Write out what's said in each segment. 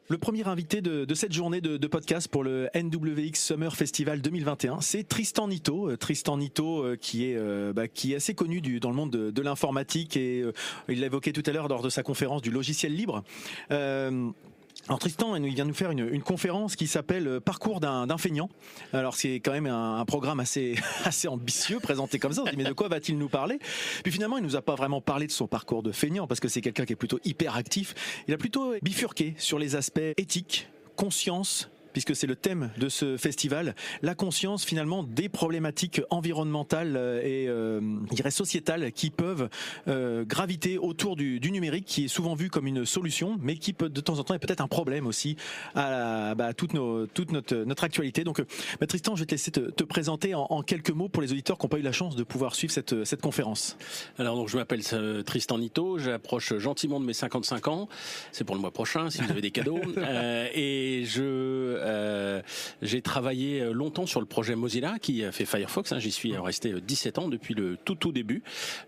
Le premier invité de cette journée de podcast pour le NWX Summer Festival 2021, c'est Tristan Nitto. Tristan Nitto qui est assez connu dans le monde de l'informatique et il l'a évoqué tout à l'heure lors de sa conférence du logiciel libre. Alors Tristan, il vient nous faire une conférence qui s'appelle Parcours d'un feignant. Alors c'est quand même un programme assez ambitieux présenté comme ça. On se dit mais de quoi va-t-il nous parler? Puis finalement il nous a pas vraiment parlé de son parcours de feignant parce que c'est quelqu'un qui est plutôt hyper actif. Il a plutôt bifurqué sur les aspects éthiques, conscience, puisque c'est le thème de ce festival, la conscience finalement des problématiques environnementales et je dirais sociétales qui peuvent graviter autour du numérique, qui est souvent vu comme une solution, mais qui peut de temps en temps est peut-être un problème aussi à toute notre actualité. Donc Tristan, je vais te laisser te présenter en quelques mots pour les auditeurs qui n'ont pas eu la chance de pouvoir suivre cette conférence. Alors donc je m'appelle Tristan Nitto, j'approche gentiment de mes 55 ans, c'est pour le mois prochain si vous avez des cadeaux, et j'ai travaillé longtemps sur le projet Mozilla qui a fait Firefox. J'y suis resté 17 ans depuis le tout début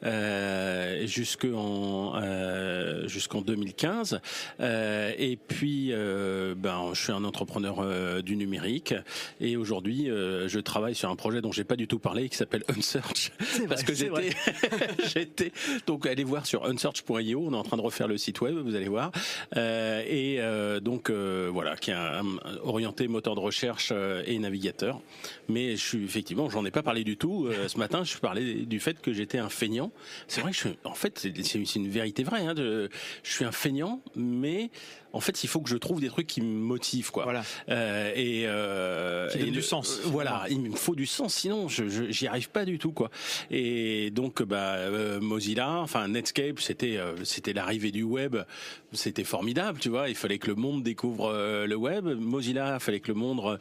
jusqu'en 2015. Et puis, je suis un entrepreneur du numérique et aujourd'hui, je travaille sur un projet dont j'ai pas du tout parlé qui s'appelle Unsearch. Parce que j'étais donc allez voir sur unsearch.io. On est en train de refaire le site web, vous allez voir. Voilà, qui est orienté moteur de recherche et navigateur. Mais j'en ai pas parlé du tout. Ce matin, je parlais du fait que j'étais un feignant. C'est vrai que c'est une vérité vraie. Je suis un feignant, mais en fait, il faut que je trouve des trucs qui me motivent, quoi. Voilà. Qui donnent du sens. Voilà, il me faut du sens, sinon j'y arrive pas du tout, quoi. Et donc, Mozilla, Netscape, c'était l'arrivée du web. C'était formidable, tu vois. Il fallait que le monde découvre le web. Mozilla, il fallait que le monde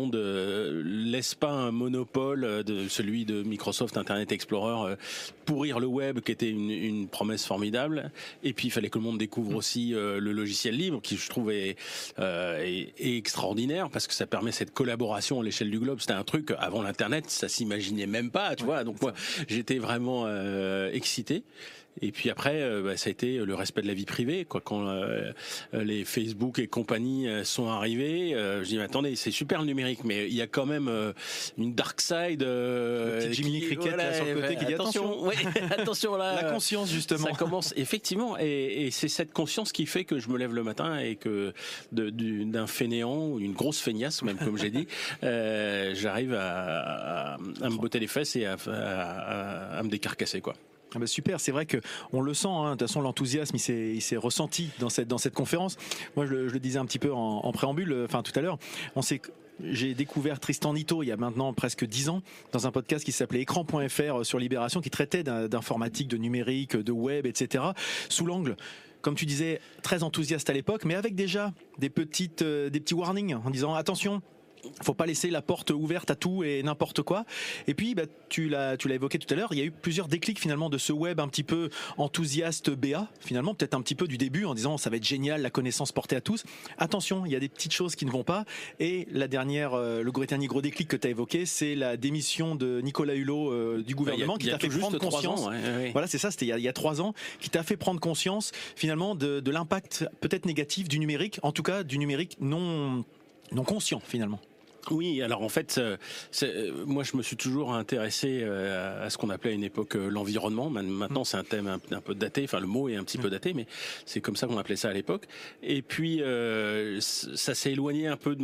laisse pas un monopole de celui de Microsoft Internet Explorer pourrir le web, qui était une promesse formidable. Et puis il fallait que le monde découvre aussi le logiciel libre, qui je trouve est extraordinaire parce que ça permet cette collaboration à l'échelle du globe. C'était un truc avant l'internet, ça s'imaginait même pas, tu vois. Donc moi, j'étais vraiment excité. Et puis après, ça a été le respect de la vie privée, quoi. Quand les Facebook et compagnie sont arrivés, je dis mais attendez, c'est super le numérique, mais il y a quand même une dark side. Le petit Jiminy Cricket là, sur le côté qui dit attention. Oui, attention là. La conscience justement. Ça commence effectivement, et c'est cette conscience qui fait que je me lève le matin et que d'un fainéant ou une grosse feignasse, même comme j'ai dit, j'arrive à me botter les fesses et à me décarcasser, quoi. Ah bah super, c'est vrai que on le sent. De toute façon, l'enthousiasme, il s'est ressenti dans cette conférence. Moi, je le disais un petit peu en préambule, tout à l'heure. J'ai découvert Tristan Nitto il y a maintenant presque 10 ans dans un podcast qui s'appelait Écran.fr sur Libération, qui traitait d'informatique, de numérique, de web, etc. sous l'angle, comme tu disais, très enthousiaste à l'époque, mais avec déjà des petits warnings en disant attention. Faut pas laisser la porte ouverte à tout et n'importe quoi. Et puis, tu l'as évoqué tout à l'heure, il y a eu plusieurs déclics finalement de ce web un petit peu enthousiaste BA, finalement, peut-être un petit peu du début en disant ça va être génial, la connaissance portée à tous. Attention, il y a des petites choses qui ne vont pas. Et la dernière, le gros déclic que tu as évoqué, c'est la démission de Nicolas Hulot du gouvernement qui t'a fait prendre conscience. Voilà, c'est ça, c'était il y a 3 ans, qui t'a fait prendre conscience finalement de l'impact peut-être négatif du numérique, en tout cas du numérique non conscient finalement. Oui, alors en fait, moi je me suis toujours intéressé à ce qu'on appelait à une époque l'environnement. Maintenant c'est un thème un peu daté, le mot est un petit peu daté, mais c'est comme ça qu'on appelait ça à l'époque. Et puis ça s'est éloigné un peu de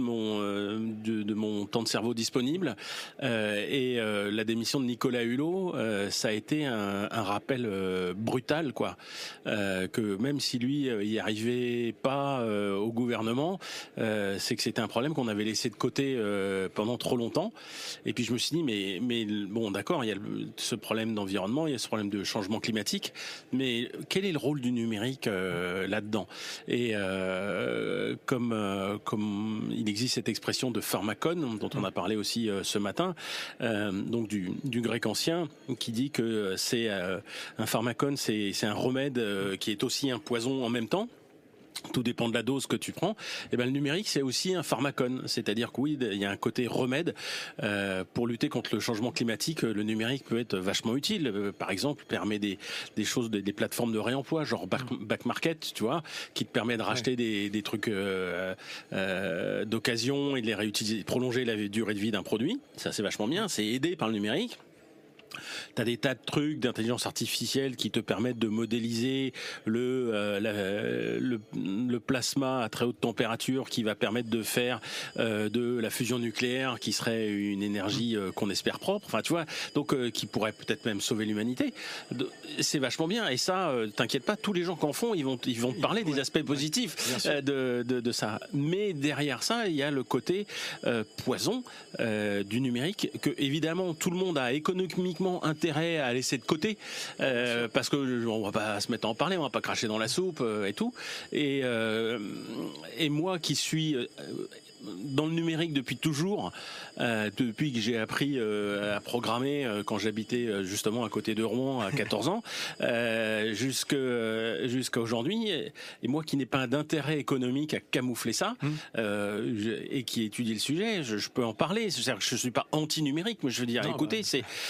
mon temps de cerveau disponible. Et la démission de Nicolas Hulot, ça a été un rappel brutal, quoi. Que même si lui y arrivait pas au gouvernement, c'est que c'était un problème qu'on avait laissé de côté pendant trop longtemps. Et puis je me suis dit mais bon, d'accord, il y a ce problème d'environnement, il y a ce problème de changement climatique, mais quel est le rôle du numérique là-dedans? Et comme il existe cette expression de pharmacone dont on a parlé aussi ce matin, donc du grec ancien, qui dit que c'est un pharmacone, c'est un remède qui est aussi un poison en même temps. tout dépend de la dose que tu prends. Et ben le numérique c'est aussi un pharmacone, c'est-à-dire que oui, il y a un côté remède pour lutter contre le changement climatique. Le numérique peut être vachement utile. Par exemple, permet des choses, des plateformes de réemploi, genre back market, tu vois, qui te permet de racheter des trucs d'occasion et de les réutiliser, prolonger la durée de vie d'un produit. Ça c'est vachement bien. C'est aidé par le numérique. T'as des tas de trucs d'intelligence artificielle qui te permettent de modéliser le plasma à très haute température qui va permettre de faire de la fusion nucléaire qui serait une énergie qu'on espère propre. Enfin, tu vois, donc qui pourrait peut-être même sauver l'humanité. C'est vachement bien. Et ça, t'inquiète pas, tous les gens qu'en font, ils vont te parler des aspects positifs de ça. Mais derrière ça, il y a le côté poison du numérique que évidemment tout le monde a économiquement intérêt à laisser de côté parce que on va pas se mettre à en parler, on va pas cracher dans la soupe et tout. Et moi qui suis dans le numérique depuis toujours, depuis que j'ai appris à programmer quand j'habitais justement à côté de Rouen à 14 ans, jusqu'à aujourd'hui, et moi qui n'ai pas d'intérêt économique à camoufler ça, et qui étudie le sujet, je peux en parler. C'est-à-dire que je suis pas anti-numérique, mais je veux dire, écoutez,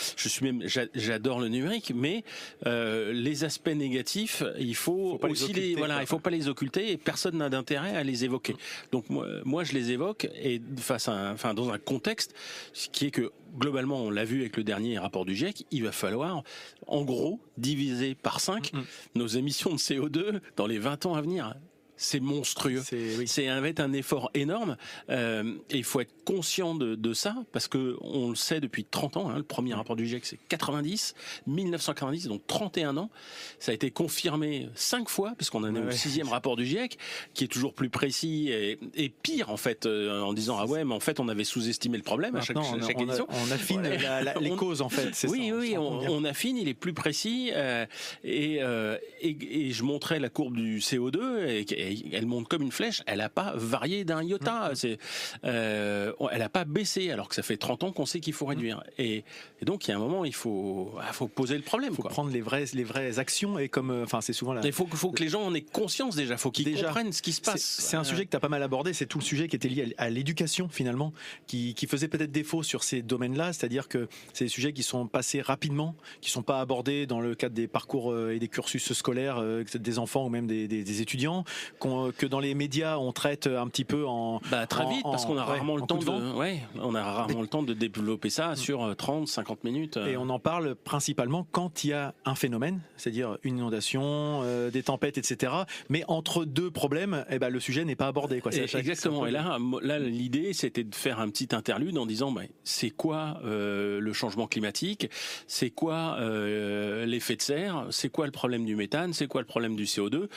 j'adore le numérique, mais les aspects négatifs, il faut aussi il faut pas les occulter, et personne n'a d'intérêt à les évoquer. Donc moi je les évoque, et dans un contexte qui est que globalement, on l'a vu avec le dernier rapport du GIEC, il va falloir en gros diviser par 5 nos émissions de CO2 dans les 20 ans à venir. C'est monstrueux. Ça va être un effort énorme. Et il faut être conscient de ça, parce que on le sait depuis 30 ans. Le premier rapport du GIEC, c'est 1990, donc 31 ans. Ça a été confirmé 5 fois, puisqu'on en est au 6e rapport du GIEC, qui est toujours plus précis et pire, en fait, en disant, ah ouais, mais en fait, on avait sous-estimé le problème à chaque édition. On affine les causes, en fait. On affine, il est plus précis. Et je montrais la courbe du CO2, et elle monte comme une flèche, elle n'a pas varié d'un iota, elle n'a pas baissé, alors que ça fait 30 ans qu'on sait qu'il faut réduire. Et donc il y a un moment, il faut poser le problème. Il faut prendre les vraies actions, et comme, c'est souvent là. Il faut que les gens en aient conscience déjà, il faut qu'ils comprennent ce qui se passe. C'est un sujet que tu as pas mal abordé, c'est tout le sujet qui était lié à l'éducation finalement, qui faisait peut-être défaut sur ces domaines-là, c'est-à-dire que c'est des sujets qui sont passés rapidement, qui sont pas abordés dans le cadre des parcours et des cursus scolaires des enfants ou même des étudiants, que dans les médias on traite un petit peu très vite, parce qu'on a rarement le temps le temps de développer ça sur 30-50 minutes. Et on en parle principalement quand il y a un phénomène, c'est-à-dire une inondation, des tempêtes, etc. Mais entre deux problèmes, le sujet n'est pas abordé. Exactement. Et là, l'idée, c'était de faire un petit interlude en disant, c'est quoi le changement climatique, c'est quoi l'effet de serre, c'est quoi le problème du méthane, c'est quoi le problème du CO2,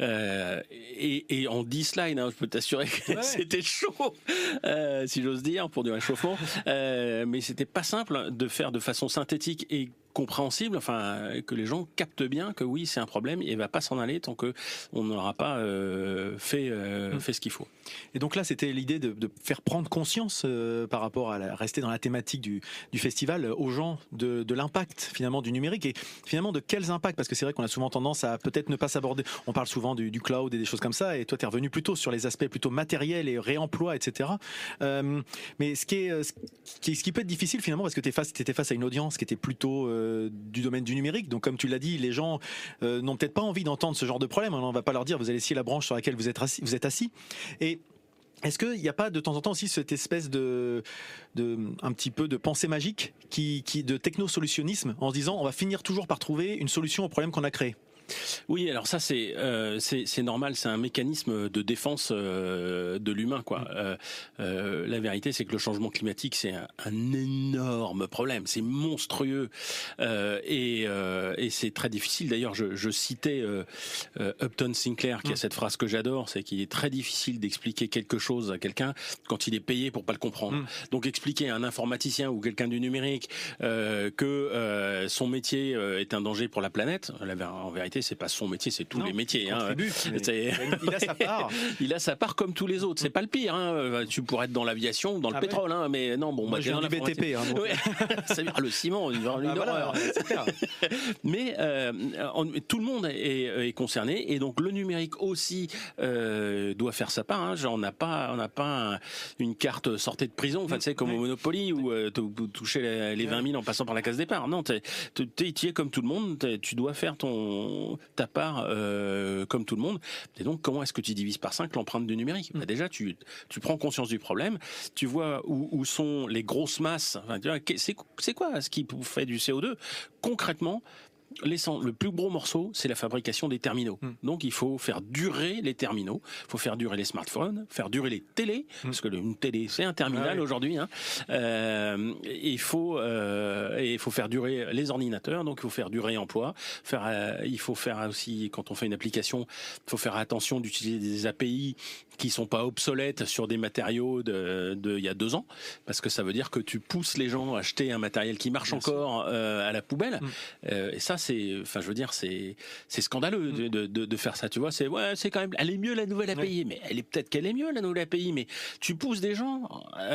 et en 10 slides, je peux t'assurer que c'était chaud, si j'ose dire, pour du réchauffement, mais c'était pas simple de faire de façon synthétique et compréhensible, que les gens captent bien que oui, c'est un problème, et il va pas s'en aller tant que on n'aura pas fait ce qu'il faut. Et donc là, c'était l'idée de faire prendre conscience par rapport à rester dans la thématique du festival aux gens de l'impact finalement du numérique, et finalement de quels impacts, parce que c'est vrai qu'on a souvent tendance à peut-être ne pas s'aborder. On parle souvent du cloud et des choses comme ça, et toi, tu es revenu plutôt sur les aspects plutôt matériels et réemploi, etc. Mais ce qui peut être difficile finalement, parce que tu étais face à une audience qui était plutôt du domaine du numérique, donc comme tu l'as dit, les gens n'ont peut-être pas envie d'entendre ce genre de problème. On va pas leur dire vous allez scier la branche sur laquelle vous êtes assis. Et est-ce qu'il n'y a pas de temps en temps aussi cette espèce de un petit peu de pensée magique de technosolutionnisme, en se disant on va finir toujours par trouver une solution au problème qu'on a créé? Oui, alors ça c'est normal, c'est un mécanisme de défense de l'humain, quoi. La vérité, c'est que le changement climatique, c'est un énorme problème, c'est monstrueux, et c'est très difficile. D'ailleurs, je citais Upton Sinclair qui a cette phrase que j'adore, c'est qu'il est très difficile d'expliquer quelque chose à quelqu'un quand il est payé pour pas le comprendre. Donc expliquer à un informaticien ou quelqu'un du numérique que son métier est un danger pour la planète, en vérité sécurité, c'est pas son métier, c'est tous les métiers. Il a sa part. Il a sa part comme tous les autres. C'est pas le pire. Tu pourrais être dans l'aviation ou dans le pétrole, mais non. Bon, moi, j'ai dans du BTP. Ça veut dire le ciment, une horreur. Mais tout le monde est concerné, et donc le numérique aussi doit faire sa part. On n'a pas une carte sortée de prison, tu sais, comme au Monopoly où toucher les 20 000 en passant par la case départ. Non, tu es comme tout le monde. Tu dois faire ta part comme tout le monde. Et donc, comment est-ce que tu divises par 5 l'empreinte du numérique? Déjà, tu prends conscience du problème. Tu vois où sont les grosses masses. Enfin, tu vois, c'est quoi ce qui fait du CO2 concrètement? Le plus gros morceau, c'est la fabrication des terminaux. Donc, il faut faire durer les terminaux, il faut faire durer les smartphones, faire durer les télés, parce que une télé, c'est un terminal aujourd'hui. Il faut faire durer les ordinateurs, donc il faut faire durer emploi. Il faut faire aussi, quand on fait une application, il faut faire attention d'utiliser des API qui sont pas obsolètes sur des matériaux il y a 2 ans, parce que ça veut dire que tu pousses les gens à acheter un matériel qui marche encore à la poubelle. Et ça, c'est scandaleux de faire ça. Tu vois, c'est quand même, elle est mieux la nouvelle API, mais peut-être qu'elle est mieux la nouvelle API, mais tu pousses des gens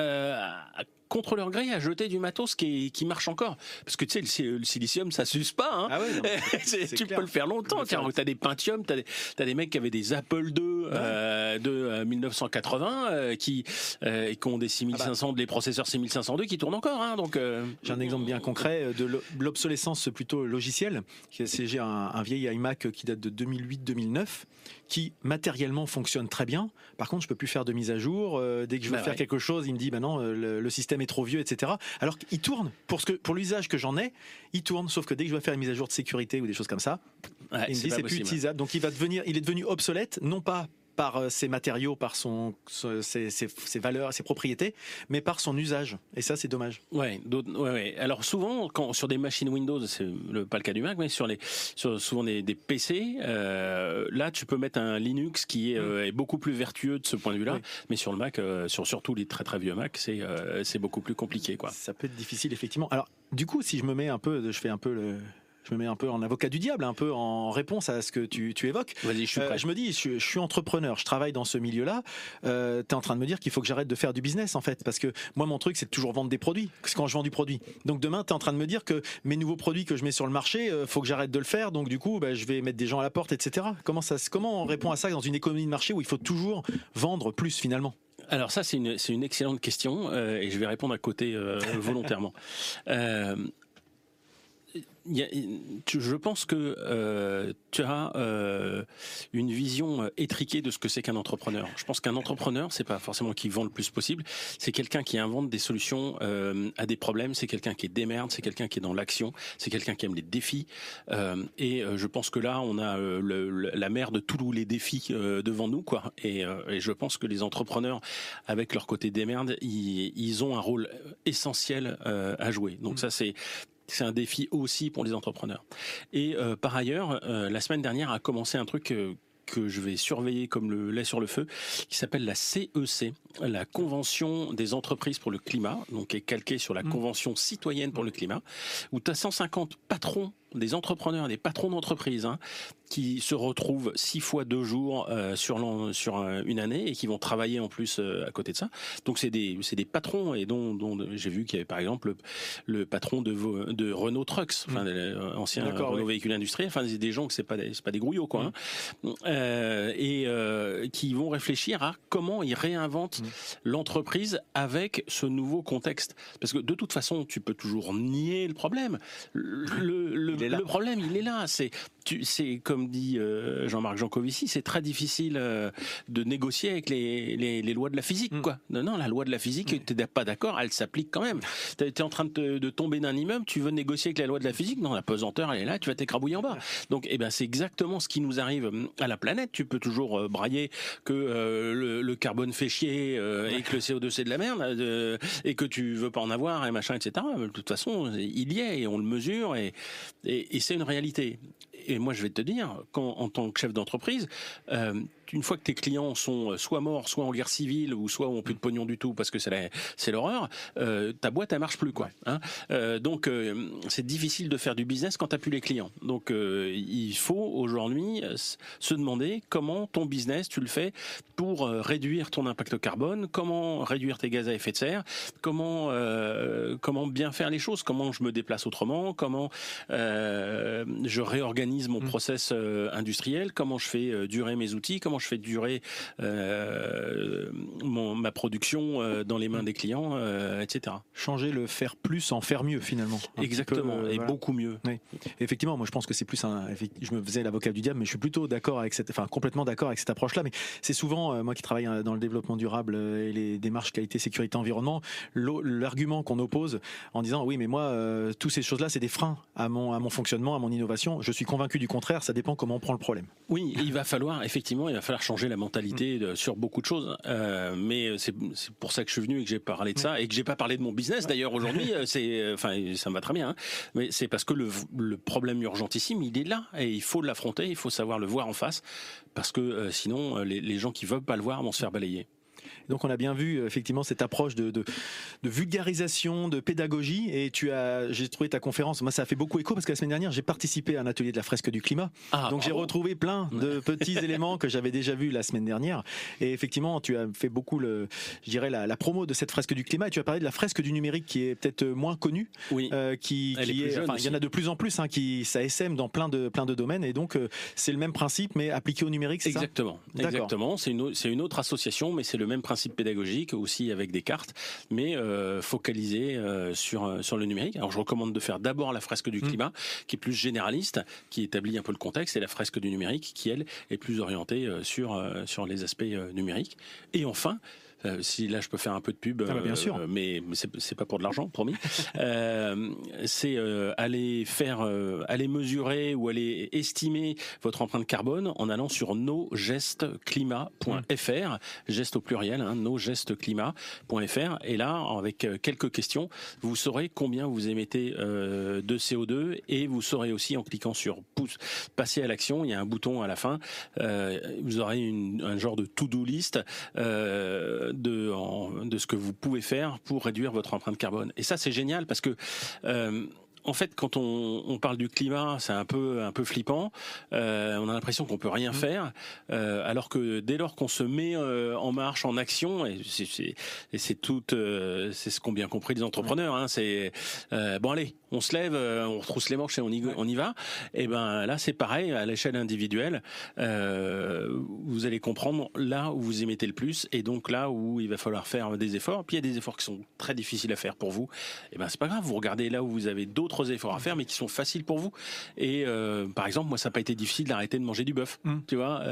contre leur gré à jeter du matos qui marche encore, parce que tu sais, le silicium, ça s'use pas. Tu peux le faire longtemps. T'as des Pentium, t'as des mecs qui avaient des Apple II de 1980 qui ont des 6500, des processeurs 6502 qui tournent encore. Donc j'ai un exemple bien concret de l'obsolescence plutôt logicielle. J'ai un vieil iMac qui date de 2008-2009 qui matériellement fonctionne très bien. Par contre, je peux plus faire de mise à jour. Dès que je veux faire quelque chose, il me dit non, le système est trop vieux, etc. Alors qu'il tourne pour l'usage que j'en ai, il tourne. Sauf que dès que je dois faire une mise à jour de sécurité ou des choses comme ça, il me dit c'est plus utilisable. Donc il est devenu obsolète, non pas par ses matériaux, par ses valeurs, ses propriétés, mais par son usage. Et ça, c'est dommage. Ouais. Alors souvent, sur des machines Windows, c'est pas le cas du Mac, mais sur souvent des PC, là, tu peux mettre un Linux qui est beaucoup plus vertueux de ce point de vue-là. Mais sur le Mac, surtout les très très vieux Mac, c'est beaucoup plus compliqué, quoi. Ça peut être difficile, effectivement. Alors, du coup, si je me mets je me mets un peu en avocat du diable, un peu en réponse à ce que tu évoques. Vas-y, je suis prêt. Je me dis, je suis entrepreneur, je travaille dans ce milieu-là. T'es en train de me dire qu'il faut que j'arrête de faire du business, en fait, parce que moi, mon truc, c'est de toujours vendre des produits. C'est quand je vends du produit. Donc demain, t'es en train de me dire que mes nouveaux produits que je mets sur le marché, faut que j'arrête de le faire. Donc du coup, je vais mettre des gens à la porte, etc. Comment on répond à ça dans une économie de marché où il faut toujours vendre plus finalement? Alors ça, c'est une excellente question, et je vais répondre à côté volontairement. Je pense que tu as une vision étriquée de ce que c'est qu'un entrepreneur. Je pense qu'un entrepreneur, c'est pas forcément qui vend le plus possible, c'est quelqu'un qui invente des solutions à des problèmes, c'est quelqu'un qui est démerde, c'est quelqu'un qui est dans l'action, c'est quelqu'un qui aime les défis. Et je pense que là, on a la mer de tous les défis devant nous, quoi. Et je pense que les entrepreneurs, avec leur côté démerde, ils ont un rôle essentiel à jouer. Donc ça, c'est un défi aussi pour les entrepreneurs. Et par ailleurs, la semaine dernière a commencé un truc que je vais surveiller comme le lait sur le feu, qui s'appelle la CEC, la Convention des entreprises pour le climat, donc qui est calquée sur la Convention citoyenne pour le climat, où tu as 150 patrons, des entrepreneurs, des patrons d'entreprises, qui se retrouvent 6 fois 2 jours sur une année et qui vont travailler en plus à côté de ça. Donc c'est des patrons, et dont j'ai vu qu'il y avait par exemple le patron de Renault Trucks, ancien Renault véhicule industriel, des gens que c'est pas des grouillots, quoi. Qui vont réfléchir à comment ils réinventent l'entreprise avec ce nouveau contexte. Parce que de toute façon, tu peux toujours nier le problème. Le problème, il est là. C'est comme dit Jean-Marc Jancovici, c'est très difficile de négocier avec les lois de la physique, quoi. Non, la loi de la physique, tu n'es pas d'accord, elle s'applique quand même. Tu es en train de tomber d'un immeuble, tu veux négocier avec la loi de la physique, non, la pesanteur, elle est là, tu vas t'écrabouiller en bas. Donc, c'est exactement ce qui nous arrive à la planète. Tu peux toujours brailler que le carbone fait chier et que le CO2 c'est de la merde et que tu veux pas en avoir et machin, etc. Mais de toute façon, il y est et on le mesure et c'est une réalité. Et moi, je vais te dire, en tant que chef d'entreprise, une fois que tes clients sont soit morts, soit en guerre civile, ou soit ont plus de pognon du tout parce que c'est l'horreur, ta boîte elle marche plus, quoi. Hein. Donc c'est difficile de faire du business quand t'as plus les clients. Donc il faut aujourd'hui se demander comment ton business tu le fais pour réduire ton impact carbone, comment réduire tes gaz à effet de serre, comment bien faire les choses, comment je me déplace autrement, comment je réorganise mon process industriel, comment je fais durer mes outils, comment je fais durer ma production dans les mains des clients, etc. Changer le faire plus en faire mieux finalement. Exactement, et voilà. Beaucoup mieux. Oui. Effectivement, moi je pense que c'est plus je me faisais l'avocat du diable, mais je suis plutôt d'accord avec complètement d'accord avec cette approche-là. Mais c'est souvent, moi qui travaille dans le développement durable et les démarches qualité, sécurité, environnement, l'argument qu'on oppose en disant oui, mais moi, toutes ces choses-là, c'est des freins à mon fonctionnement, à mon innovation. Je suis convaincu du contraire, ça dépend comment on prend le problème. Oui, il va falloir changer la mentalité sur beaucoup de choses. Mais c'est pour ça que je suis venu et que j'ai parlé de ça et que j'ai pas parlé de mon business d'ailleurs aujourd'hui. Ça me va très bien. Hein. Mais c'est parce que le problème urgentissime, il est là et il faut l'affronter, il faut savoir le voir en face parce que sinon les gens qui veulent pas le voir vont se faire balayer. Donc on a bien vu effectivement cette approche de vulgarisation, de pédagogie, et j'ai trouvé ta conférence, moi ça a fait beaucoup écho parce que la semaine dernière j'ai participé à un atelier de la fresque du climat, donc j'ai retrouvé plein de petits éléments que j'avais déjà vus la semaine dernière, et effectivement tu as fait beaucoup la promo de cette fresque du climat, et tu as parlé de la fresque du numérique qui est peut-être moins connue, oui. Il y en a de plus en plus ça essaime dans plein de domaines, et donc c'est le même principe mais appliqué au numérique, c'est exactement, ça ? Exactement, c'est une autre association, mais c'est le même principe pédagogique aussi avec des cartes, mais focalisé sur le numérique. Alors je recommande de faire d'abord la fresque du climat, qui est plus généraliste, qui établit un peu le contexte, et la fresque du numérique, qui elle est plus orientée sur les aspects numériques. Et enfin, si là je peux faire un peu de pub, bien sûr. Mais c'est pas pour de l'argent, promis. C'est aller mesurer ou aller estimer votre empreinte carbone en allant sur nosgestesclimat.fr, geste au pluriel, nosgestesclimat.fr, et là avec quelques questions, vous saurez combien vous émettez de CO2, et vous saurez aussi en cliquant sur passer à l'action, il y a un bouton à la fin, vous aurez un genre de to-do list de ce que vous pouvez faire pour réduire votre empreinte carbone. Et ça, c'est génial parce que en fait, quand on parle du climat, c'est un peu flippant. On a l'impression qu'on peut rien faire, alors que dès lors qu'on se met en marche, en action, et c'est ce qu'ont bien compris les entrepreneurs. Hein, c'est bon, allez, on se lève, on retrousse les manches et on y va. Et ben là, c'est pareil à l'échelle individuelle. Vous allez comprendre là où vous émettez le plus, et donc là où il va falloir faire des efforts. Puis il y a des efforts qui sont très difficiles à faire pour vous. Et ben c'est pas grave. Vous regardez là où vous avez d'autres efforts à faire, mais qui sont faciles pour vous. Et par exemple, moi, ça n'a pas été difficile d'arrêter de manger du bœuf. Tu vois,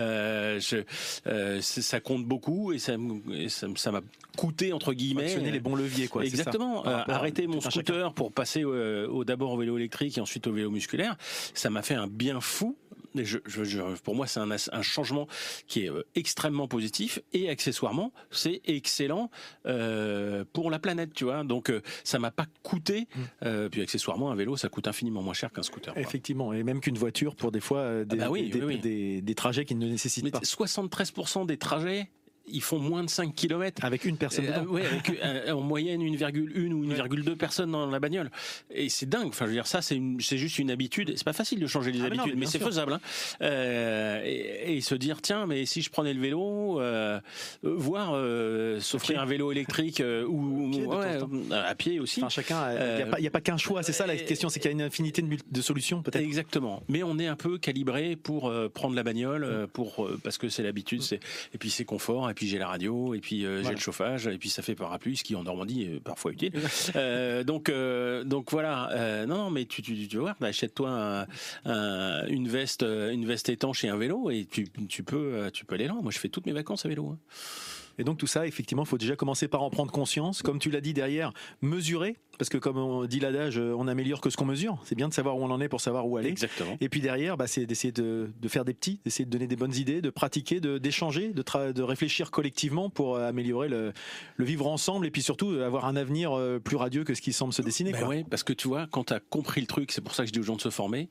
ça compte beaucoup, et ça m'a coûté entre guillemets. Actionner les bons leviers, quoi. Exactement. Arrêter mon scooter pour passer d'abord au vélo électrique et ensuite au vélo musculaire, ça m'a fait un bien fou. Et pour moi, c'est un changement qui est extrêmement positif, et accessoirement, c'est excellent pour la planète, tu vois. Donc, ça m'a pas coûté. Puis, accessoirement, un vélo, ça coûte infiniment moins cher qu'un scooter. Quoi. Effectivement, et même qu'une voiture pour des fois des trajets qui ne nécessitent pas. 73% des trajets, ils font moins de 5 km. Avec une personne dedans. Oui, avec en moyenne 1,1 ou 1,2 personnes dans la bagnole. Et c'est dingue. Enfin, je veux dire, ça, c'est juste une habitude. C'est pas facile de changer les habitudes, mais c'est faisable. Hein. Et se dire, tiens, mais si je prenais le vélo, voire s'offrir un vélo électrique ou à pied aussi. Enfin, chacun, il n'y a pas qu'un choix. C'est ça la question, c'est qu'il y a une infinité de solutions, peut-être. Exactement. Mais on est un peu calibré pour prendre la bagnole, parce que c'est l'habitude, et puis c'est confort. Et puis j'ai la radio, et puis j'ai le chauffage, et puis ça fait parapluie, ce qui en Normandie est parfois utile. Donc voilà. Non, mais tu vas voir, achète-toi une veste étanche et un vélo, et tu peux aller loin. Moi, je fais toutes mes vacances à vélo. Hein. Et donc tout ça, effectivement, il faut déjà commencer par en prendre conscience. Comme tu l'as dit derrière, mesurer, parce que comme on dit l'adage, on améliore que ce qu'on mesure. C'est bien de savoir où on en est pour savoir où aller. Exactement. Et puis derrière, c'est d'essayer de faire des petits, d'essayer de donner des bonnes idées, de pratiquer, d'échanger, de réfléchir collectivement pour améliorer le vivre ensemble, et puis surtout avoir un avenir plus radieux que ce qui semble se dessiner. Oui, parce que tu vois, quand tu as compris le truc, c'est pour ça que je dis aux gens de se former,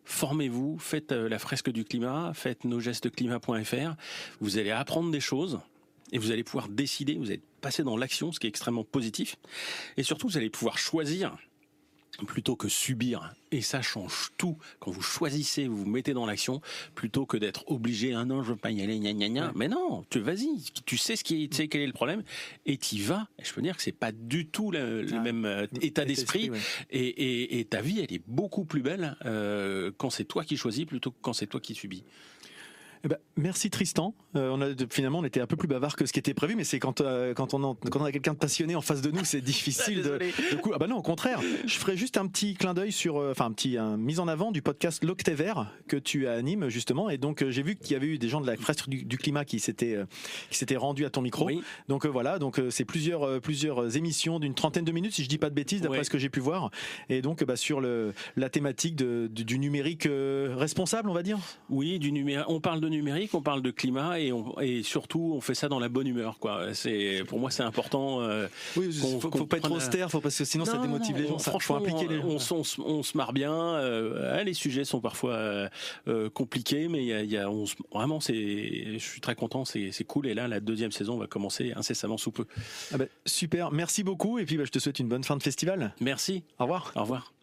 formez-vous, faites la fresque du climat, faites nosgestesclimat.fr. Vous allez apprendre des choses et vous allez pouvoir décider, vous allez passer dans l'action, ce qui est extrêmement positif. Et surtout, vous allez pouvoir choisir plutôt que subir. Et ça change tout. Quand vous choisissez, vous vous mettez dans l'action, plutôt que d'être obligé, ah non, je veux pas y aller, gna gna gna. Mais non, vas-y, tu sais tu sais quel est le problème, et t'y vas. Et je peux dire que c'est pas du tout le même état d'esprit. Ouais. Et ta vie, elle est beaucoup plus belle quand c'est toi qui choisis plutôt que quand c'est toi qui subis. Eh ben, merci Tristan. Finalement, on était un peu plus bavard que ce qui était prévu, mais c'est quand on a quelqu'un de passionné en face de nous, c'est difficile de coup. Ah bah non, au contraire. Je ferai juste un petit clin d'œil sur, une mise en avant du podcast L'Octet Vert que tu animes justement. Et donc j'ai vu qu'il y avait eu des gens de la fresque du climat qui s'étaient rendus à ton micro. Oui. Donc voilà, c'est plusieurs émissions d'une trentaine de minutes, si je dis pas de bêtises, d'après ce que j'ai pu voir. Et donc sur la thématique du numérique responsable, on va dire. Oui, du numérique. On parle de numérique, on parle de climat et surtout on fait ça dans la bonne humeur, quoi. Pour moi c'est important. Oui, faut pas être austère, parce que sinon ça démotive les gens. Franchement, faut impliquer les gens. On se marre bien. Les sujets sont parfois compliqués, mais vraiment je suis très content, c'est cool. Et là la deuxième saison va commencer incessamment sous peu. Ah bah, super, merci beaucoup et puis je te souhaite une bonne fin de festival. Merci. Au revoir. Au revoir.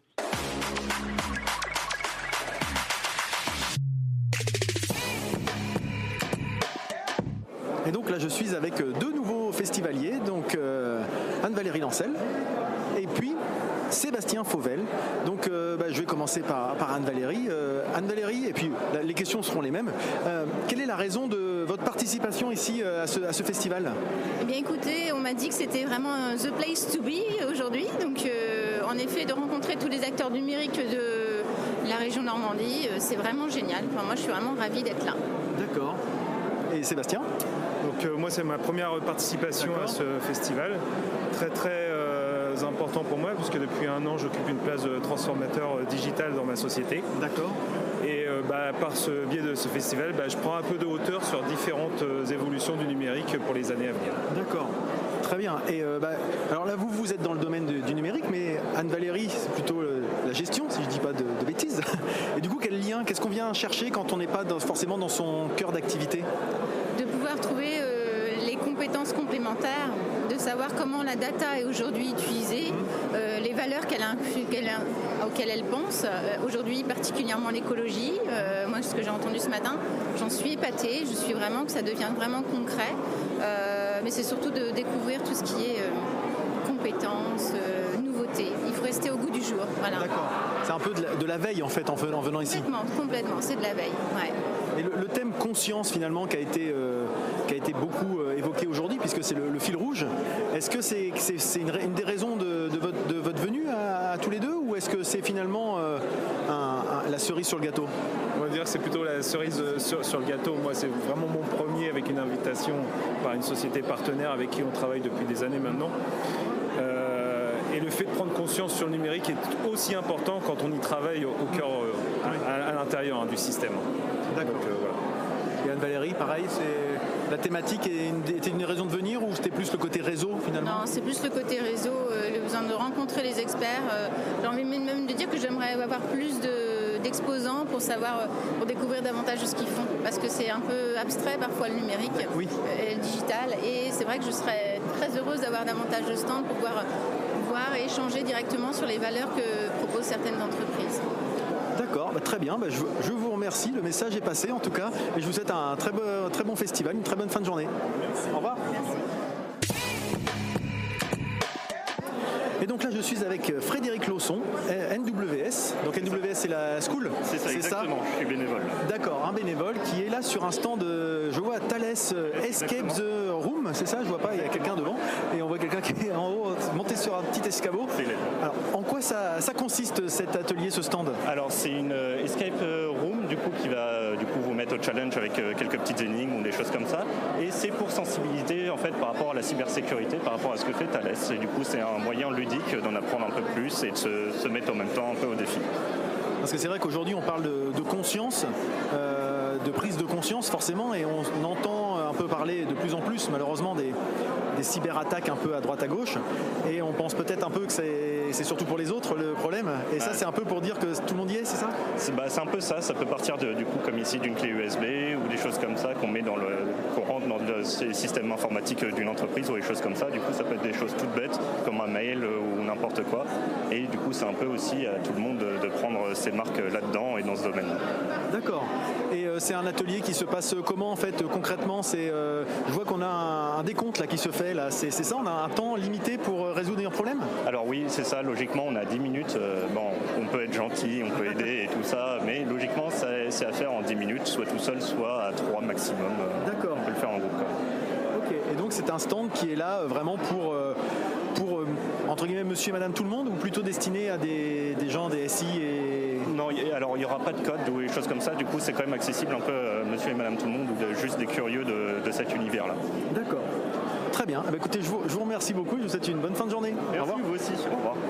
Et donc là je suis avec deux nouveaux festivaliers, donc Anne-Valérie Lancel et puis Sébastien Fauvel. Donc je vais commencer par Anne-Valérie. Anne-Valérie, et puis les questions seront les mêmes. Quelle est la raison de votre participation ici à ce festival ? Eh bien écoutez, on m'a dit que c'était vraiment the place to be aujourd'hui. Donc en effet, de rencontrer tous les acteurs numériques de la région Normandie, c'est vraiment génial. Enfin, moi je suis vraiment ravie d'être là. D'accord. Et Sébastien ? Donc moi c'est ma première participation à ce festival, très très important pour moi puisque depuis un an j'occupe une place de transformateur digital dans ma société. D'accord. Et par ce biais de ce festival, je prends un peu de hauteur sur différentes évolutions du numérique pour les années à venir. D'accord. Très bien. Et alors là, vous êtes dans le domaine du numérique, mais Anne-Valérie, c'est plutôt la gestion, si je ne dis pas de bêtises. Et du coup, quel lien, qu'est-ce qu'on vient chercher quand on n'est pas forcément dans son cœur d'activité ? De pouvoir trouver les compétences complémentaires, de savoir comment la data est aujourd'hui utilisée, les valeurs auxquelles elle pense. Aujourd'hui, particulièrement l'écologie. Moi, ce que j'ai entendu ce matin, j'en suis épatée. Je suis vraiment que ça devient vraiment concret. Mais c'est surtout de découvrir tout ce qui est compétences, nouveautés. Il faut rester au goût du jour. Voilà. D'accord. C'est un peu de la veille en fait en venant ici. Complètement. C'est de la veille. Ouais. Et le thème conscience finalement qui a été beaucoup évoqué aujourd'hui puisque c'est le fil rouge. Est-ce que c'est une des raisons de votre venue à tous les deux ou est-ce que c'est finalement la cerise sur le gâteau ? On va dire que c'est plutôt la cerise sur le gâteau. Moi c'est vraiment mon premier avec une invitation par une société partenaire avec qui on travaille depuis des années maintenant. Et le fait de prendre conscience sur le numérique est aussi important quand on y travaille au cœur, à l'intérieur du système. D'accord. Donc, voilà. Et Anne-Valérie, pareil, la thématique était une raison de venir ou c'était plus le côté réseau finalement ? Non, c'est plus le côté réseau, le besoin de rencontrer les experts. J'ai envie même de dire que j'aimerais avoir plus d'exposants pour découvrir davantage de ce qu'ils font. Parce que c'est un peu abstrait parfois le numérique, et le digital. Et c'est vrai que je serais très heureuse d'avoir davantage de stands pour pouvoir voir et échanger directement sur les valeurs que proposent certaines entreprises. D'accord, très bien, je vous remercie, le message est passé en tout cas, et je vous souhaite un très bon festival, une très bonne fin de journée. Merci. Au revoir. Merci. Et donc là je suis avec Frédéric Lausson, NWS. Donc NWS c'est la school ? C'est ça, exactement, je suis bénévole. D'accord, un bénévole qui est là sur un stand, je vois Thales Escape the Room, c'est ça ? Je vois pas, il y a quelqu'un devant, et on voit quelqu'un qui est en haut, monté sur un petit escabeau. Alors en quoi ça consiste cet atelier, ce stand ? Alors c'est une Escape Room du coup qui va vous mettre au challenge avec quelques petites énigmes ou des choses comme ça. Et c'est pour sensibiliser en fait par rapport à la cybersécurité, par rapport à ce que fait Thales. Et du coup c'est un moyen ludique d'en apprendre un peu plus et de se mettre en même temps un peu au défi. Parce que c'est vrai qu'aujourd'hui on parle de conscience, de prise de conscience forcément, et on entend un peu parler de plus en plus malheureusement des cyberattaques un peu à droite à gauche, et on pense peut-être un peu que c'est surtout pour les autres le problème. Et ça, c'est un peu pour dire que tout le monde y est, c'est ça ? C'est un peu ça. Ça peut partir du coup, comme ici, d'une clé USB ou des choses comme ça qu'on rentre dans le système informatique d'une entreprise ou des choses comme ça. Du coup, ça peut être des choses toutes bêtes, comme un mail ou n'importe quoi. Et du coup, c'est un peu aussi à tout le monde de prendre ses marques là-dedans et dans ce domaine-là. D'accord. Et c'est un atelier qui se passe comment en fait concrètement ? Je vois qu'on a un décompte là qui se fait là. C'est ça, on a un temps limité pour résoudre un problème ? Alors oui, c'est ça. Logiquement, on a 10 minutes. On peut être gentil, on peut aider et tout ça, mais logiquement, c'est à faire en 10 minutes, soit tout seul, soit à 3 maximum. D'accord. On peut le faire en groupe. Ok. Et donc c'est un stand qui est là vraiment pour entre guillemets monsieur et madame tout le monde, ou plutôt destiné à des gens des SI et... Non, alors il n'y aura pas de code ou des choses comme ça, du coup c'est quand même accessible un peu monsieur et madame tout le monde ou juste des curieux de cet univers-là. D'accord. Très bien. Écoutez, je vous remercie beaucoup, je vous souhaite une bonne fin de journée. Merci, au revoir. Vous aussi. Au revoir.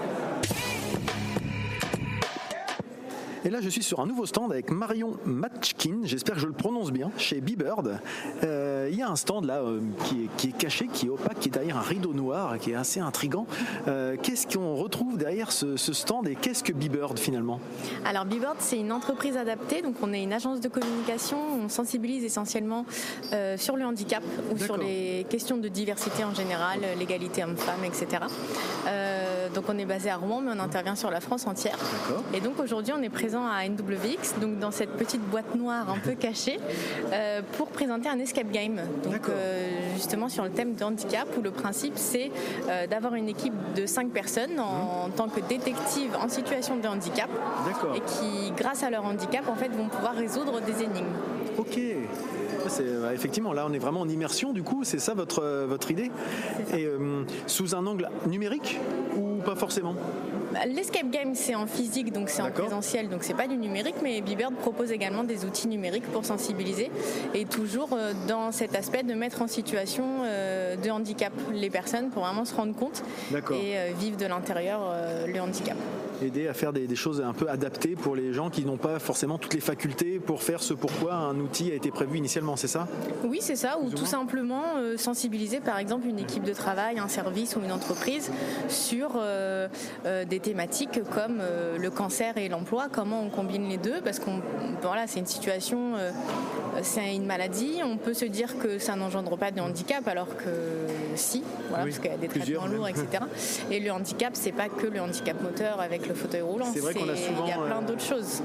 Et là, je suis sur un nouveau stand avec Marion Matchkin, j'espère que je le prononce bien, chez Bee-Bird. Il y a un stand là qui est caché, qui est opaque, qui est derrière un rideau noir, qui est assez intriguant. Qu'est-ce qu'on retrouve derrière ce stand et qu'est-ce que Bee-Bird finalement ? Alors Bee-Bird, c'est une entreprise adaptée, donc on est une agence de communication, on sensibilise essentiellement sur le handicap ou sur les questions de diversité en général, l'égalité homme-femme, etc. Donc on est basé à Rouen, mais on intervient sur la France entière. D'accord. Et donc aujourd'hui, on est présent à NWX, donc dans cette petite boîte noire un peu cachée, pour présenter un escape game. Donc justement sur le thème de handicap, où le principe c'est d'avoir une équipe de 5 personnes en tant que détectives en situation de handicap. D'accord. Et qui, grâce à leur handicap, en fait, vont pouvoir résoudre des énigmes. Ok. Effectivement, là on est vraiment en immersion du coup, c'est ça votre idée ? Et sous un angle numérique ou pas forcément ? L'escape game c'est en physique, donc c'est en présentiel, donc c'est pas du numérique, mais Bee-Bird propose également des outils numériques pour sensibiliser et toujours dans cet aspect de mettre en situation de handicap les personnes pour vraiment se rendre compte et vivre de l'intérieur le handicap. Aider à faire des choses un peu adaptées pour les gens qui n'ont pas forcément toutes les facultés pour faire ce pourquoi un outil a été prévu initialement, c'est ça ? Oui, c'est ça, ou tout simplement sensibiliser par exemple une équipe de travail, un service ou une entreprise sur des thématiques comme le cancer et l'emploi, comment on combine les deux, parce que c'est une situation, c'est une maladie, on peut se dire que ça n'engendre pas de handicap alors que si, parce qu'il y a des traitements lourds, etc. Et le handicap, c'est pas que le handicap moteur avec le fauteuil roulant, c'est vrai qu'on a souvent, il y a plein d'autres choses.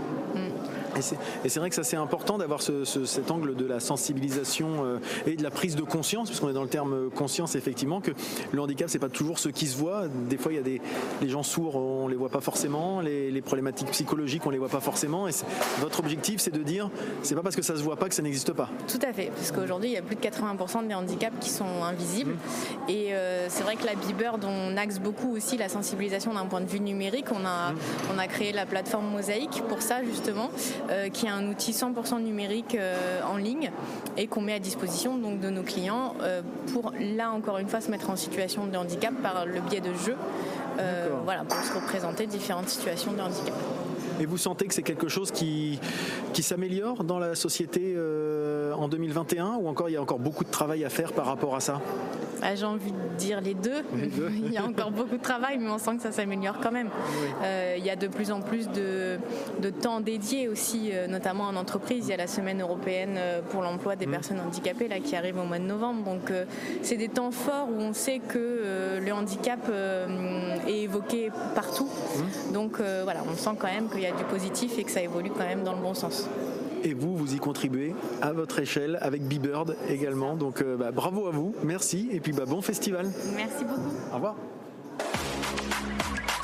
Et c'est vrai que ça c'est important d'avoir cet angle de la sensibilisation et de la prise de conscience, parce qu'on est dans le terme conscience effectivement, que le handicap c'est pas toujours ce qui se voit. Des fois il y a les gens sourds, on les voit pas forcément, les problématiques psychologiques on les voit pas forcément, et votre objectif c'est de dire c'est pas parce que ça se voit pas que ça n'existe pas. Tout à fait, parce qu'aujourd'hui il y a plus de 80% des handicaps qui sont invisibles et c'est vrai que la Bee-Bird on axe beaucoup aussi la sensibilisation d'un point de vue numérique. On a créé la plateforme Mosaïque pour ça justement, qui est un outil 100% numérique en ligne et qu'on met à disposition donc de nos clients pour là encore une fois se mettre en situation de handicap par le biais de jeux, pour se représenter différentes situations de handicap. Et vous sentez que c'est quelque chose qui s'améliore dans la société en 2021, ou encore il y a encore beaucoup de travail à faire par rapport à ça ? J'ai envie de dire les deux. Il y a encore beaucoup de travail, mais on sent que ça s'améliore quand même. Il y a de plus en plus de temps dédié aussi, notamment en entreprise. Il y a la semaine européenne pour l'emploi des personnes handicapées là, qui arrive au mois de novembre. Donc c'est des temps forts où on sait que le handicap est évoqué partout. Donc on sent quand même qu'il y a du positif et que ça évolue quand même dans le bon sens. Et vous y contribuez à votre échelle avec Bee-Bird également. Donc bravo à vous, merci et puis bon festival. Merci beaucoup. Au revoir.